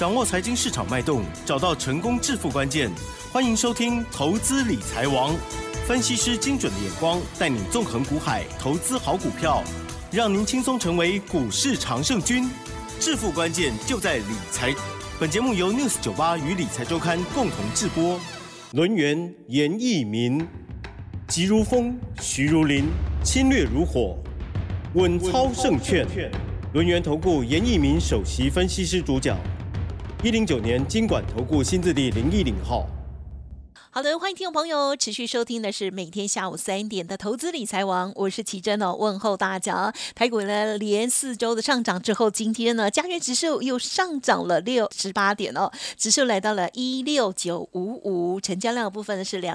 掌握财经市场脉动，找到成功致富关键。欢迎收听《投资理财王》，分析师精准的眼光，带你纵横股海，投资好股票，让您轻松成为股市常胜军。致富关键就在理财。本节目由 News98 与理财周刊共同制播。轮源严义民，急如风，徐如林，侵略如火，稳操胜券。轮源投顾严义民首席分析师主讲，109年金管投顾新字第010号。 好的，欢迎听众朋友持续收听的是每天下午3点的投资理财王，我是奇珍哦，问候大家。台股呢连4周的上涨之后，今天呢加权指数又上涨了68点哦，指数来到了16955，成交量的部分呢是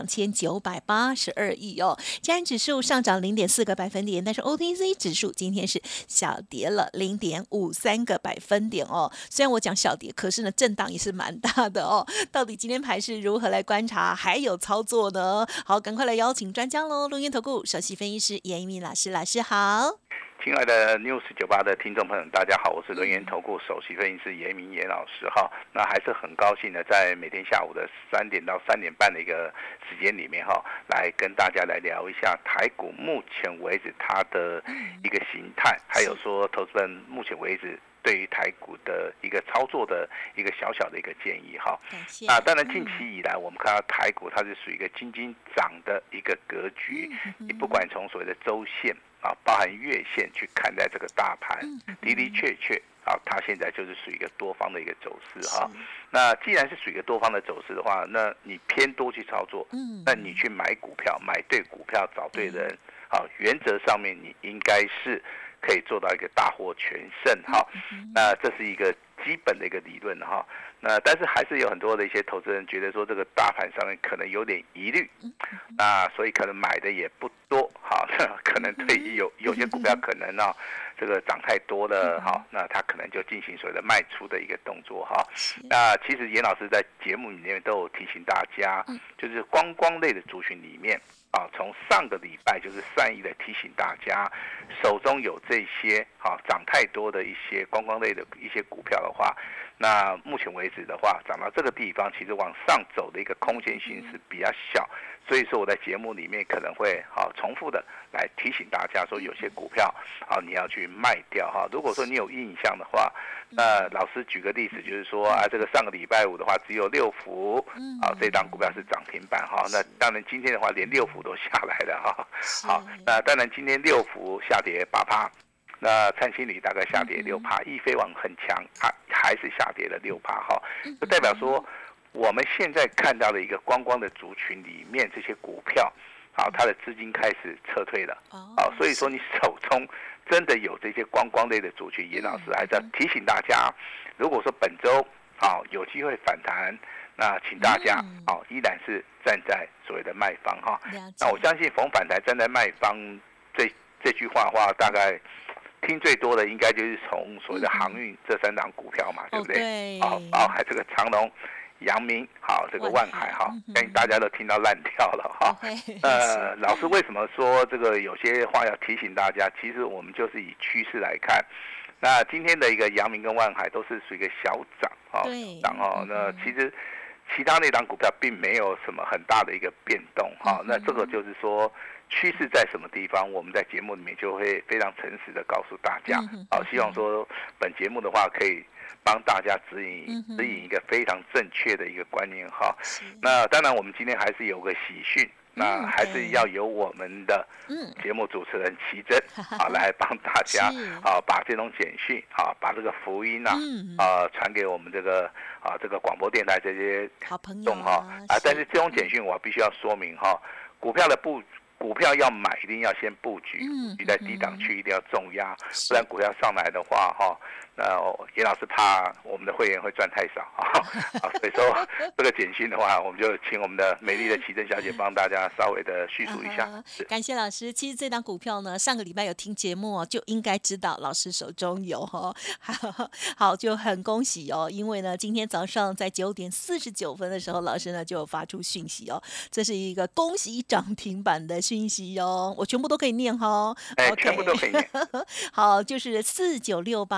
2982亿哦，加权指数上涨0.4个百分点，但是 OTC 指数今天是小跌了0.53个百分点哦。虽然我讲小跌，可是呢震荡也是蛮大的哦。到底今天盘是如何来观察？还有操作呢？好，赶快来邀请专家喽！录音投顾首席分析师严一鸣老师，老师好。 亲爱的 News98 的听众朋友，大家好，我是轮源投顾首席分析师严明严老师哈。那还是很高兴的，在每天下午的3点到3点半的一个时间里面哈，来跟大家来聊一下台股目前为止它的一个形态，还有说投资人目前为止对于台股的一个操作的一个小小的一个建议哈。那当然近期以来，我们看到台股它是属于一个金涨的一个格局，你不管从所谓的周线啊，包含月线去看待这个大盘，的确啊，它现在就是属于一个多方的一个走势哈。那既然是属于一个多方的走势的话，那你偏多去操作，那你去买股票，买对股票，找对人，好，原则上面你应该是可以做到一个大获全胜哈。那这是一个基本的一个理论哈。那但是还是有很多的一些投资人觉得说这个大盘上面可能有点疑虑，那所以可能买的也不多，好，那可能对于有些股票可能啊这个涨太多了，好，那他可能就进行所谓的卖出的一个动作哈。那其实严老师在节目里面都有提醒大家，就是观光类的族群里面啊，从上个礼拜就是善意的提醒大家，手中有这些啊涨太多的一些观光类的一些股票的话，那目前为止的话，涨到这个地方，其实往上走的一个空间性是比较小，所以说我在节目里面可能会重复的来提醒大家说，有些股票你要去卖掉哈。如果说你有印象的话，那老师举个例子，就是说这个上个礼拜五的话只有6幅，这档股票是涨停板哈。那当然今天的话连6幅都下来了哈。好，那当然今天6幅下跌8%。那灿星里大概下跌6%，易飞网很强，还是下跌了6%哈，就代表说我们现在看到的一个观光的族群里面，这些股票，它的资金开始撤退了，所以说你手中真的有这些观光类的族群，严老师还是要提醒大家，如果说本周有机会反弹，那请大家依然是站在所谓的卖方哈。那我相信逢反弹站在卖方这句话的话，大概听最多的应该就是从所谓的航运这3档股票嘛，对不对？还这个长荣、阳明，好，这个万海哈，相信大家都听到烂掉了哈。老师为什么说这个有些话要提醒大家？其实我们就是以趋势来看，那今天的一个阳明跟万海都是属于一个小涨那其实其他那档股票并没有什么很大的一个变动哈。那这个就是说，趋势在什么地方，我们在节目里面就会非常诚实的告诉大家。希望说本节目的话可以帮大家指引一个非常正确的一个观念哈。那当然我们今天还是有个喜讯，那还是要由我们的节目主持人奇珍来帮大家把这种简讯把这个福音传给我们这个广播电台这些好朋友但是这种简讯我必须要说明股票要买，一定要先布局，你在低档区一定要重压，不然股票上来的话那严老师怕我们的会员会赚太少所以说这个简讯的话，我们就请我们的美丽的奇珍小姐帮大家稍微的叙述一下。 感谢老师。其实这档股票呢，上个礼拜有听节目就应该知道老师手中有好，就很恭喜因为呢，今天早上在9点49分的时候，老师呢就有发出讯息这是一个恭喜涨停板的讯息我全部都可以念全部都可以念。 好，就是4968的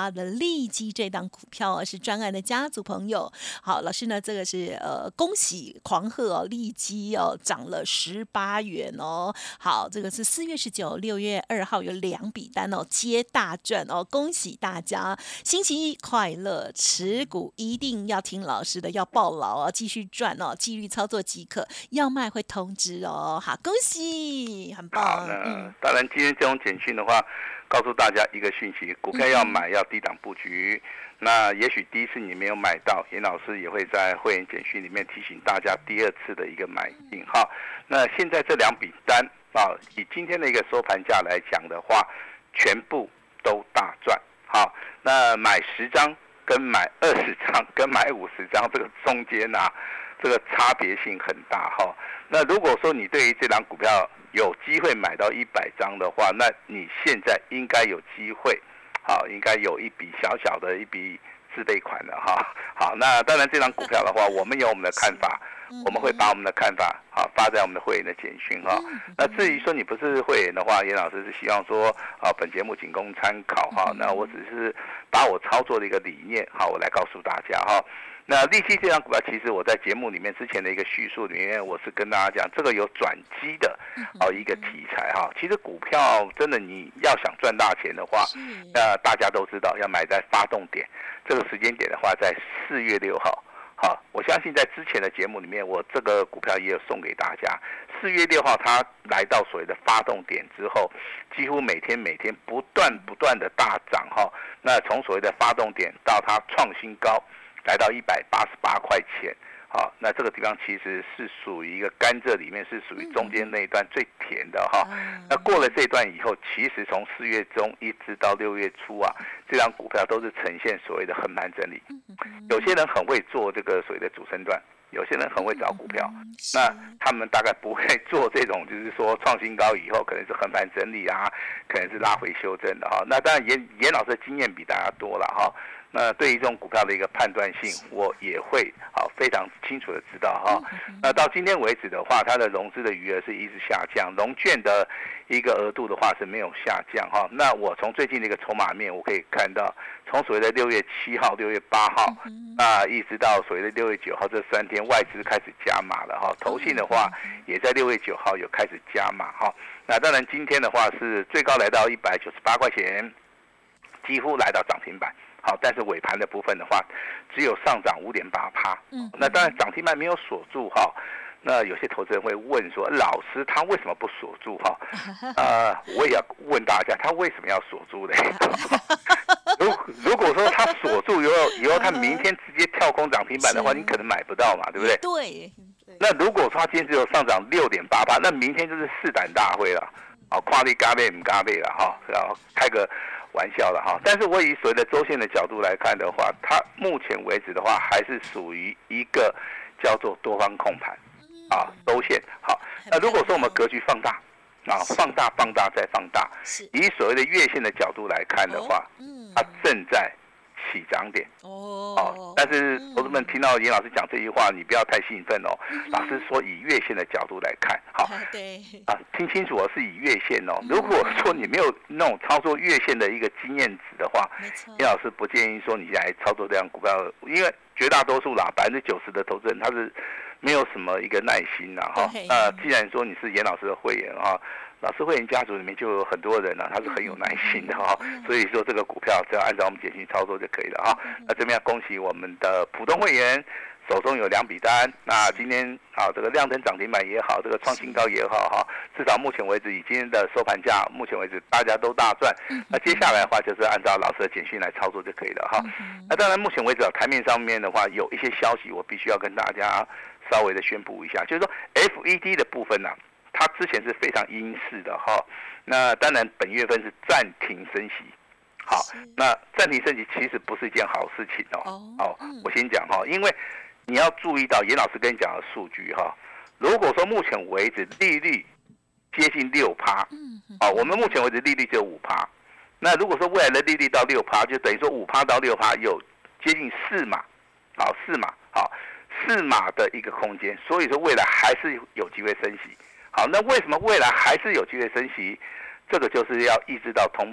利基这档股票是专案的家族朋友。好，老师呢，这个是恭喜狂贺哦，利基哦涨了18元哦。好，这个是4月19、6月2号有2笔单哦，接大赚哦，恭喜大家，星期一快乐，持股一定要听老师的，要抱牢哦，继续赚哦，纪律操作即可，要卖会通知哦。好，恭喜，很棒。 好，当然今天这种简讯的话，告诉大家一个讯息：股票要买要低档布局。那也许第一次你没有买到，严老师也会在会员简讯里面提醒大家第二次的一个买进。好，那现在这2笔单啊，以今天的一个收盘价来讲的话，全部都大赚。好，那买10张跟买20张跟买50张这个中间啊，这个差别性很大哈。那如果说你对于这档股票有机会买到100张的话，那你现在应该有机会。好，应该有一笔小小的一笔自备款了哈。好，那当然这张股票的话，我们有我们的看法，我们会把我们的看法发在我们的会员的简讯哈。那至于说你不是会员的话，严老师是希望说本节目仅供参考哈。那我只是把我操作的一个理念我来告诉大家哈。那利基这张股票，其实我在节目里面之前的一个叙述里面，我是跟大家讲，这个有转机的一个题材哈。其实股票真的你要想赚大钱的话，大家都知道要买在发动点，这个时间点的话在4月6号。好，我相信在之前的节目里面，我这个股票也有送给大家。4月6号它来到所谓的发动点之后，几乎每天不断的大涨哈。那从所谓的发动点到它创新高。来到188块钱，好，那这个地方其实是属于一个甘蔗里面是属于中间那一段最甜的哈。那过了这一段以后，其实从4月中一直到6月初啊，这张股票都是呈现所谓的横盘整理。有些人很会做这个所谓的主升段，有些人很会找股票，那他们大概不会做这种就是说创新高以后可能是横盘整理啊，可能是拉回修正的哈。那当然严老师的经验比大家多了哈。那对于这种股票的一个判断性，我也会非常清楚的知道哈。那到今天为止的话，它的融资的余额是一直下降，融券的一个额度的话是没有下降哈。那我从最近的一个筹码面，我可以看到，从所谓的6月7号、6月8号，一直到所谓的6月9号这3天，外资开始加码了哈。投信的话，也在6月9号有开始加码哈。那当然今天的话是最高来到198块钱，几乎来到涨停板。好，但是尾盘的部分的话，只有上涨5.8%。那当然涨停板没有锁住哈。那有些投资人会问说，老师他为什么不锁住哈？我也要问大家，他为什么要锁住呢？如果说他锁住以后他明天直接跳空涨停板的话，你可能买不到嘛，对不对？ 对。 那如果说他今天只有上涨6.8%，那明天就是试胆大会了。跨力嘎贝唔嘎贝了哈，然后开个玩笑了哈。但是我以所谓的周线的角度来看的话，它目前为止的话还是属于一个叫做多方控盘周线。好，那如果说我们格局放大放大再放大，以所谓的月线的角度来看的话，它正在起涨点但是投资们听到严老师讲这句话，你不要太兴奋哦。老师说以月线的角度来看，好，听清楚是以月线哦。如果说你没有那种操作月线的一个经验值的话，严老师不建议说你来操作这样股票，因为绝大多数啦，90%的投资人他是没有什么一个耐心啦哈。那既然说你是严老师的会员老师会员家族里面就有很多人他是很有耐心的所以说这个股票只要按照我们简讯操作就可以了那这边要恭喜我们的普通会员手中有2笔单，那今天这个亮灯涨停板也好，这个创新高也好至少目前为止以今天的收盘价，目前为止大家都大赚。那接下来的话就是按照老师的简讯来操作就可以了那当然目前为止台面上面的话有一些消息，我必须要跟大家稍微的宣布一下，就是说 FED 的部分它之前是非常鹰式的那当然本月份是暂停升息。好，那暂停升息其实不是一件好事情我先讲因为你要注意到严老师跟你讲的数据如果说目前为止利率接近6%，我们目前为止利率只有5%，那如果说未来的利率到6%，就等于说5%到6%有接近4码，4码的一个空间，所以说未来还是有机会升息。好，那为什么未来还是有机会升息？这个就是要抑制到通膨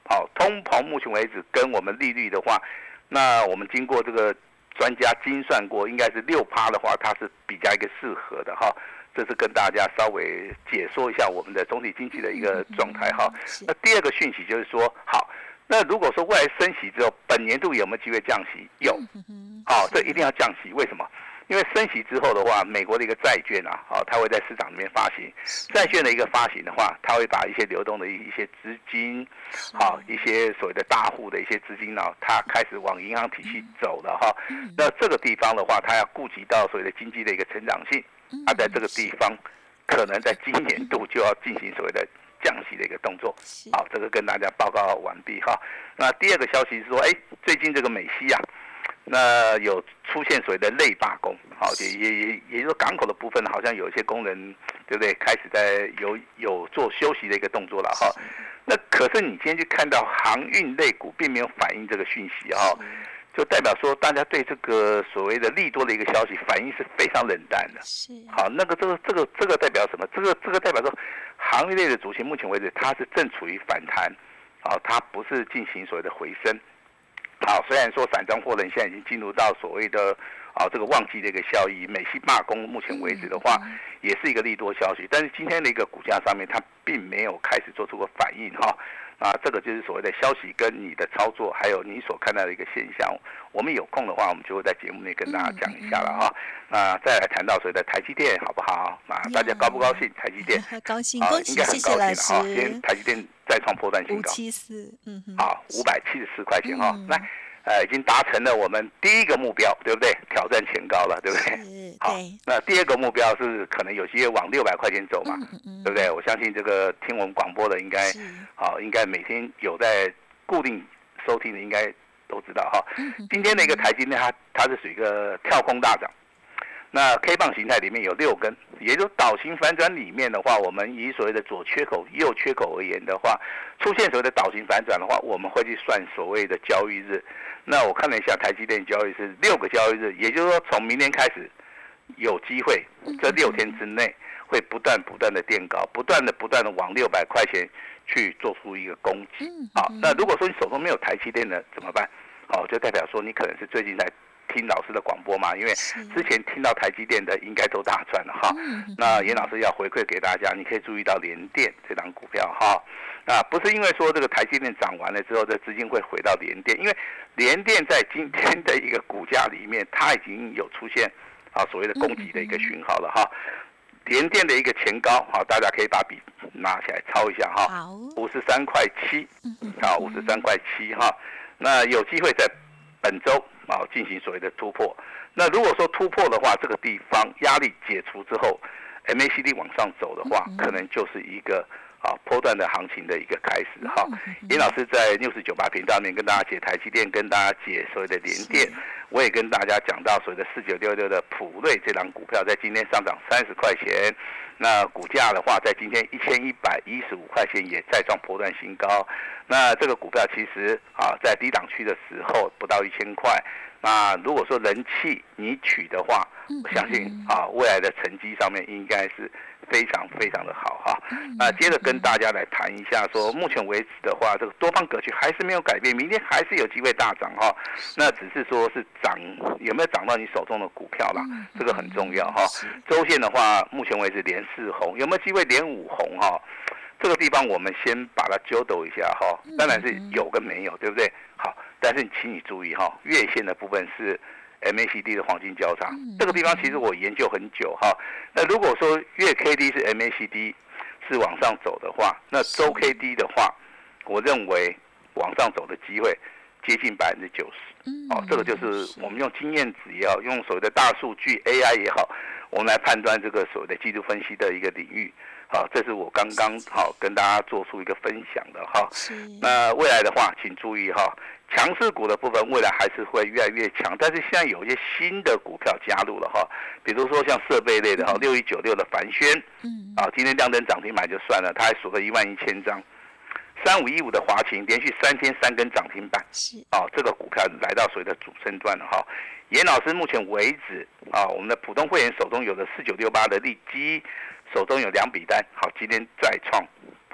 好，通膨目前为止跟我们利率的话，那我们经过这个专家精算过，应该是6%的话，它是比较一个适合的哈。这是跟大家稍微解说一下我们的总体经济的一个状态哈。那第二个讯息就是说，好，那如果说未来升息之后，本年度有没有机会降息？有，好，这一定要降息。为什么？因为升息之后的话，美国的一个债券啊，它会在市场里面发行债券的一个发行的话，它会把一些流动的一些资金，好，一些所谓的大户的一些资金呢，它开始往银行体系走了哈。那这个地方的话，它要顾及到所谓的经济的一个成长性，它在这个地方可能在今年度就要进行所谓的降息的一个动作。好，这个跟大家报告完毕哈。那第二个消息是说，最近这个美西啊。那有出现所谓的类罢工，好，也就是说港口的部分好像有一些工人，对不对？开始在有做休息的一个动作了哈。那可是你今天去看到航运类股并没有反映这个讯息哈，就代表说大家对这个所谓的利多的一个消息反应是非常冷淡的。好，那个这个代表什么？这个代表说航运类的族群目前为止它是正处于反弹，好，它不是进行所谓的回升。好，虽然说散装货轮现在已经进入到所谓的这个旺季的一个效益，美西罢工目前为止的话，也是一个利多消息，但是今天的一个股价上面它并没有开始做出个反应哈。这个就是所谓的消息跟你的操作，还有你所看到的一个现象。我们有空的话，我们就会在节目内跟大家讲一下了哈。再来谈到所谓的台积电好不好？大家高不高兴？台积电高兴，恭喜， 应该很高兴了哈。今天台积电再创波段新高 ，574， 好，574块钱哈。来，已经达成了我们第一个目标，对不对？挑战前高了，对不对？好，那第二个目标是可能有些往600块钱走嘛，对不对？我相信这个听我们广播的应该，应该每天有在固定收听的，应该都知道哈。今天的一个台积电，它是属于一个跳空大涨。那 K 棒形态里面有6根，也就是倒型反转里面的话，我们以所谓的左缺口、右缺口而言的话，出现所谓的倒型反转的话，我们会去算所谓的交易日。那我看了一下台积电交易是6个交易日，也就是说从明天开始有机会，这6天之内会不断的垫高，不断的往600块钱去做出一个攻击。好，那如果说你手中没有台积电的怎么办？好，就代表说你可能是最近在听老师的广播嘛，因为之前听到台积电的应该都大赚了哈。那严老师要回馈给大家，你可以注意到联电这档股票哈。那不是因为说这个台积电涨完了之后，这资金会回到联电，因为联电在今天的一个股价里面，它已经有出现所谓的攻击的一个讯号了哈。联电的一个前高，好，大家可以把笔拿起来抄一下哈，53.7块，好，53.7块哈。那有机会在本周进行所谓的突破。那如果说突破的话，这个地方压力解除之后 ，MACD 往上走的话，可能就是一个波段的行情的一个开始哈。严老师在News98频道里面跟大家解台积电，跟大家解所谓的联电，我也跟大家讲到所谓的4966的普瑞这档股票，在今天上涨30块钱。那股价的话，在今天1115块钱也再创波段新高。那这个股票其实在低档区的时候不到1000块。那如果说人气你取的话，我相信未来的成绩上面应该是非常的好哈。那接着跟大家来谈一下，说目前为止的话，这个多方格局还是没有改变，明天还是有机会大涨哈。那只是说是涨有没有涨到你手中的股票啦，这个很重要哈。周线的话，目前为止连4红，有没有机会连5红哈？这个地方我们先把它揪抖一下哈，当然是有跟没有，对不对？好，但是请你注意哈，月线的部分是 MACD 的黄金交叉，这个地方其实我研究很久哈。那如果说月 KD 是 MACD 是往上走的话，那周 KD 的话，我认为往上走的机会接近90%。这个就是我们用经验值也好，用所谓的大数据 AI 也好，我们来判断这个所谓的技术分析的一个领域。好，这是我刚刚跟大家做出一个分享的哈。那未来的话，请注意哈，强势股的部分未来还是会越来越强，但是现在有一些新的股票加入了哈，比如说像设备类的6196的凡轩，今天亮灯涨停板就算了，它还锁了11000张。3515的华勤连续3天3根涨停板，这个股票来到所谓的主升段了哈。严老师目前为止我们的普通会员手中有的4968的利基，手中有2笔单，好，今天再创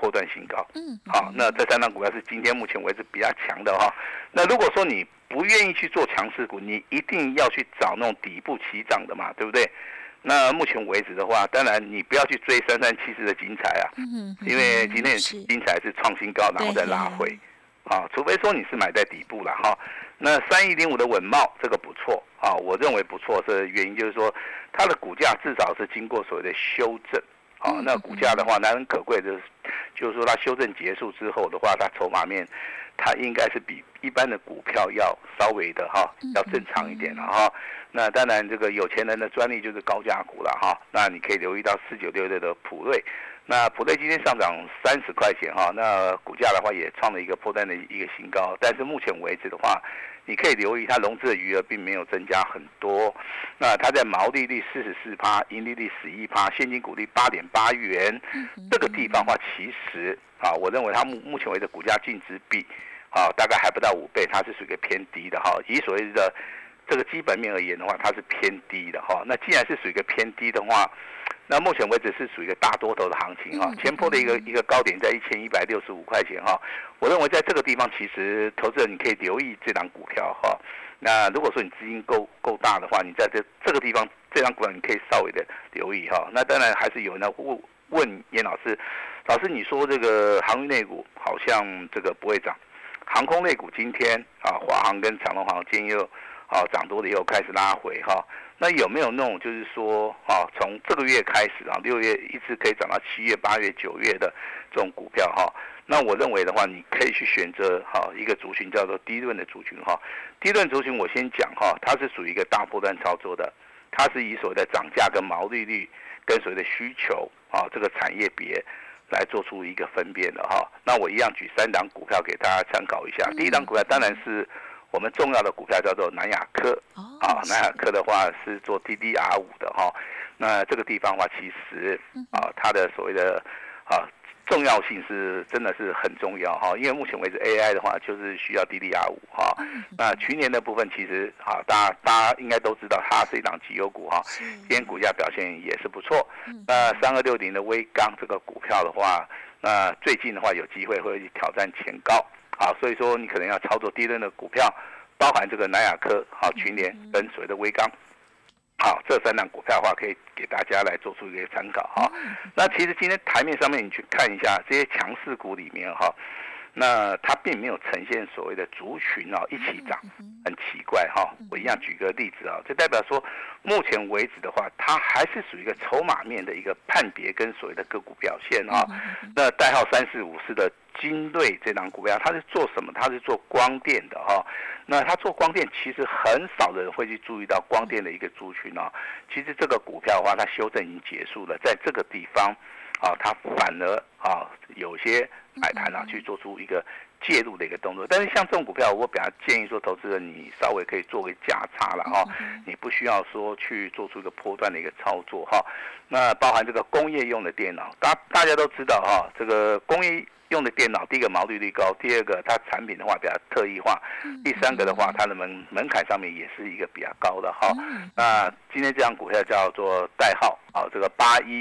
波段新高。好，那这3档股票是今天目前为止比较强的哈。那如果说你不愿意去做强势股，你一定要去找那种底部起涨的嘛，对不对？那目前为止的话，当然你不要去追3374的精彩啊，因为今天精彩是创新高，然后再拉回，啊，除非说你是买在底部了哈。那3105的稳懋这个不错啊，我认为不错，这原因就是说它的股价至少是经过所谓的修正，啊，那股价的话难能可贵的，就是说它修正结束之后的话，它筹码面它应该是比一般的股票要稍微的哈，要正常一点了哈。那当然，这个有钱人的专利就是高价股了哈。那你可以留意到4966的普瑞，那普瑞今天上涨30块钱哈，那股价的话也创了一个波段的一个新高。但是目前为止的话，你可以留意它融资的余额并没有增加很多。那它在毛利率44%，盈利率11%，现金股利8.8元，这个地方的话，其实啊，我认为它目前为止股价净值比啊大概还不到5倍，它是属于一个偏低的哈。以所谓的这个基本面而言的话，它是偏低的哈。那既然是属于一个偏低的话，那目前为止是属于一个大多头的行情哈。前波的一个高点在1165块钱哈。我认为在这个地方，其实投资人你可以留意这档股票哈。那如果说你资金够大的话，你在这个地方这档股票你可以稍微的留意哈。那当然还是有人问严老师，老师你说这个航运类股好像这个不会涨，航空类股今天啊，华航跟长荣航今天又涨多了以后开始拉回哈，那有没有那种就是说从这个月开始啊，6月一直可以涨到7月、8月、9月的这种股票哈？那我认为的话，你可以去选择一个族群叫做低润的族群哈。低润族群我先讲哈，它是属于一个大波段操作的，它是以所谓的涨价跟毛利率跟所谓的需求这个产业别来做出一个分辨的哈。那我一样举3档股票给大家参考一下。第一档股票当然是我们重要的股票叫做南亚科，南亚科的话是做 DDR5 的哈。那这个地方的话，其实它的所谓的重要性是真的是很重要哈，因为目前为止 AI 的话就是需要 DDR5 哈。那去年的部分其实大家应该都知道，它是一档绩优股哈，今天股价表现也是不错。那3260的威刚这个股票的话，那最近的话有机会会挑战前高啊，所以说你可能要操作低润的股票，包含这个南亚科群联跟所谓的威刚。好，这3档股票的话，可以给大家来做出一个参考哈。那其实今天台面上面你去看一下这些强势股里面哈，那它并没有呈现所谓的族群一起涨，很奇怪哈。我一样举个例子这代表说目前为止的话，它还是属于一个筹码面的一个判别跟所谓的个股表现那代号3454的精锐这档股票，它是做什么？它是做光电的哈。那它做光电，其实很少的人会去注意到光电的一个族群其实这个股票的话，它修正已经结束了，在这个地方它反而有些买盘去做出一个介入的一个动作。但是像这种股票，我比较建议说，投资人你稍微可以做个价差了你不需要说去做出一个波段的一个操作那包含这个工业用的电脑，大家都知道这个工业用的电脑，第一个毛利率高，第二个它产品的话比较特异化，第三个的话它的门槛上面也是一个比较高的那今天这张股票叫做代号这个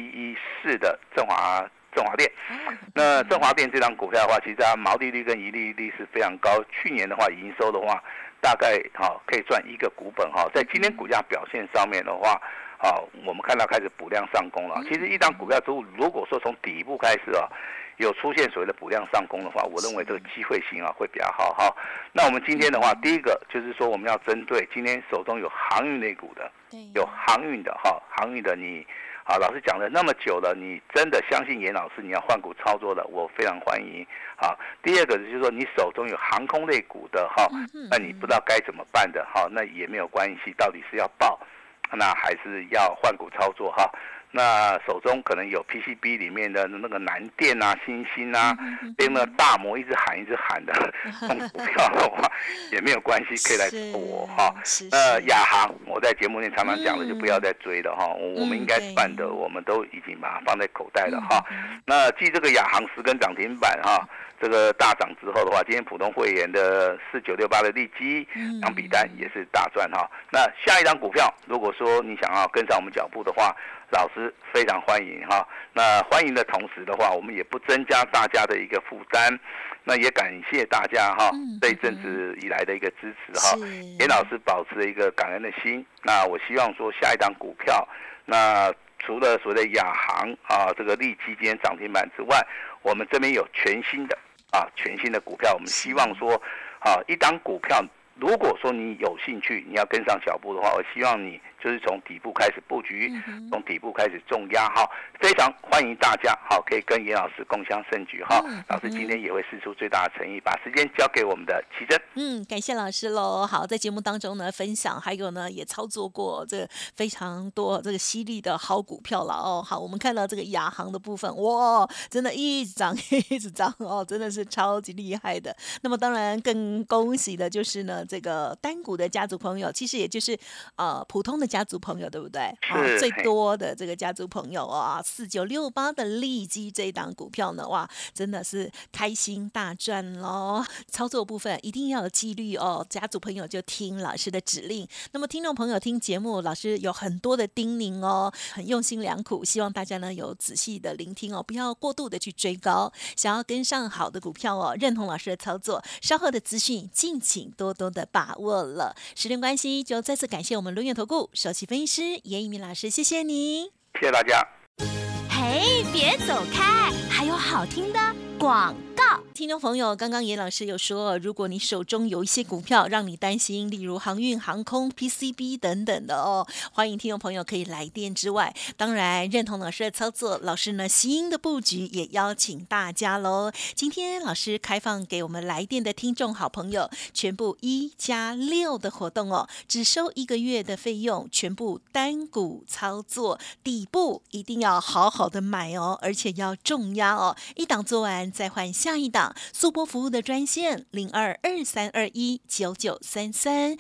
8114的振华电。那振华电这张股票的话，其实它毛利率跟盈利率是非常高，去年的话营收的话大概可以赚1个股本在今天股价表现上面的话我们看到开始补量上攻了。其实一档股票如果说从底部开始有出现所谓的补量上攻的话，我认为这个机会性会比较好那我们今天的话，第一个就是说我们要针对今天手中有航运类股的，有航运的航运的你老师讲了那么久了，你真的相信严老师，你要换股操作的，我非常欢迎第二个就是说你手中有航空类股的那你不知道该怎么办的那也没有关系，到底是要报那还是要换股操作那手中可能有 PCB 里面的那个南电新兴被那个大摩一直喊的这种股票的话也没有关系，可以来找我亚航我在节目内常常讲的，就不要再追了我们应该办的我们都已经把它放在口袋了那继这个亚航10根涨停板这个大涨之后的话，今天普通会员的4968的利基两笔单也是大赚那下一张股票，如果说你想要跟上我们脚步的话，老师师非常欢迎哈。那欢迎的同时的话，我们也不增加大家的一个负担。那也感谢大家哈，这一阵子以来的一个支持哈。严老师保持了一个感恩的心。那我希望说下一档股票，那除了所谓的亚航啊，这个利基今天涨停板之外，我们这边有全新的股票。我们希望说一档股票，如果说你有兴趣，你要跟上脚步的话，我希望你就是从底部开始布局，从底部开始重压哈，非常欢迎大家可以跟严老师共襄盛举哈。老师今天也会释出最大的诚意，把时间交给我们的奇珍。 感谢老师喽。好，在节目当中呢分享，还有呢也操作过这非常多这个犀利的好股票了哦。好，我们看到这个亚航的部分，哇，真的一直涨一直涨哦，真的是超级厉害的。那么当然更恭喜的就是呢这个单股的家族朋友，其实也就是普通的家族朋友，对不对？最多的这个家族朋友4968的利基这一档股票呢，哇，真的是开心大赚咯。操作部分一定要有纪律哦，家族朋友就听老师的指令。那么听众朋友听节目，老师有很多的叮咛哦，很用心良苦，希望大家呢有仔细的聆听哦，不要过度的去追高。想要跟上好的股票哦，认同老师的操作，稍后的资讯敬请多多的把握了。时间关系，就再次感谢我们轮源投顾首席分析师严一鸣老师，谢谢您， 谢谢大家。 嘿，别走开，还有好听的广告。 听众朋友，刚刚严老师有说，如果你手中有一些股票让你担心，例如航运、航空、PCB 等等的哦，欢迎听众朋友可以来电之外，当然认同老师的操作，老师呢新的布局也邀请大家喽。今天老师开放给我们来电的听众好朋友，全部1+6的活动哦，只收1个月的费用，全部单股操作，底部一定要好好的买哦，而且要重压哦，一档做完再换下一档。速播服务的专线0223219933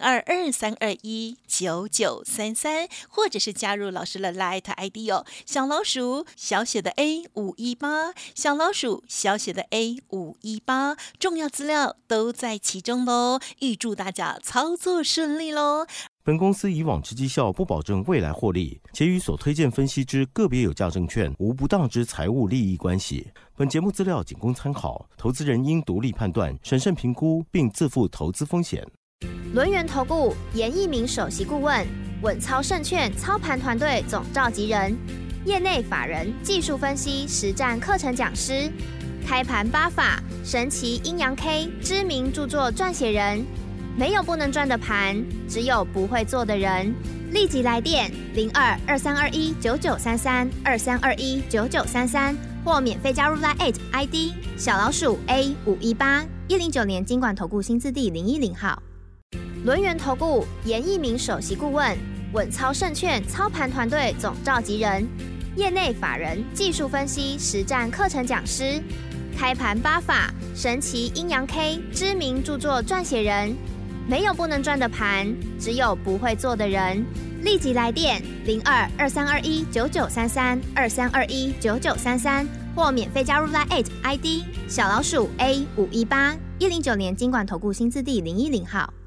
0223219933，或者是加入老师的 Light ID 哦，小老鼠小写的 A518， 小老鼠小写的 A518， 重要资料都在其中咯。预祝大家操作顺利咯。 本公司以往之绩效不保证未来获利，且与所推荐分析之个别有价证券无不当之财务利益关系。本节目资料仅供参考，投资人应独立判断、审慎评估，并自负投资风险。 轮源投顾严一鸣首席顾问，稳操胜券操盘团队总召集人，业内法人、技术分析实战课程讲师，开盘8法、神奇阴阳 K 知名著作撰写人。没有不能赚的盘，只有不会做的人。立即来电0223219933 23219933，或免费加入 LINE@ ID 小老鼠 A518。109年金管投顾新字第010号。轮源投顾严一鸣首席顾问，稳操胜券操盘团队总召集人，业内法人、技术分析实战课程讲师，开盘8法、神奇阴阳 K 知名著作撰写人。没有不能赚的盘，只有不会做的人。立即来电0223219933 23219933，或免费加入 LINE@ ID 小老鼠 A518。109年金管投顾新字第010号。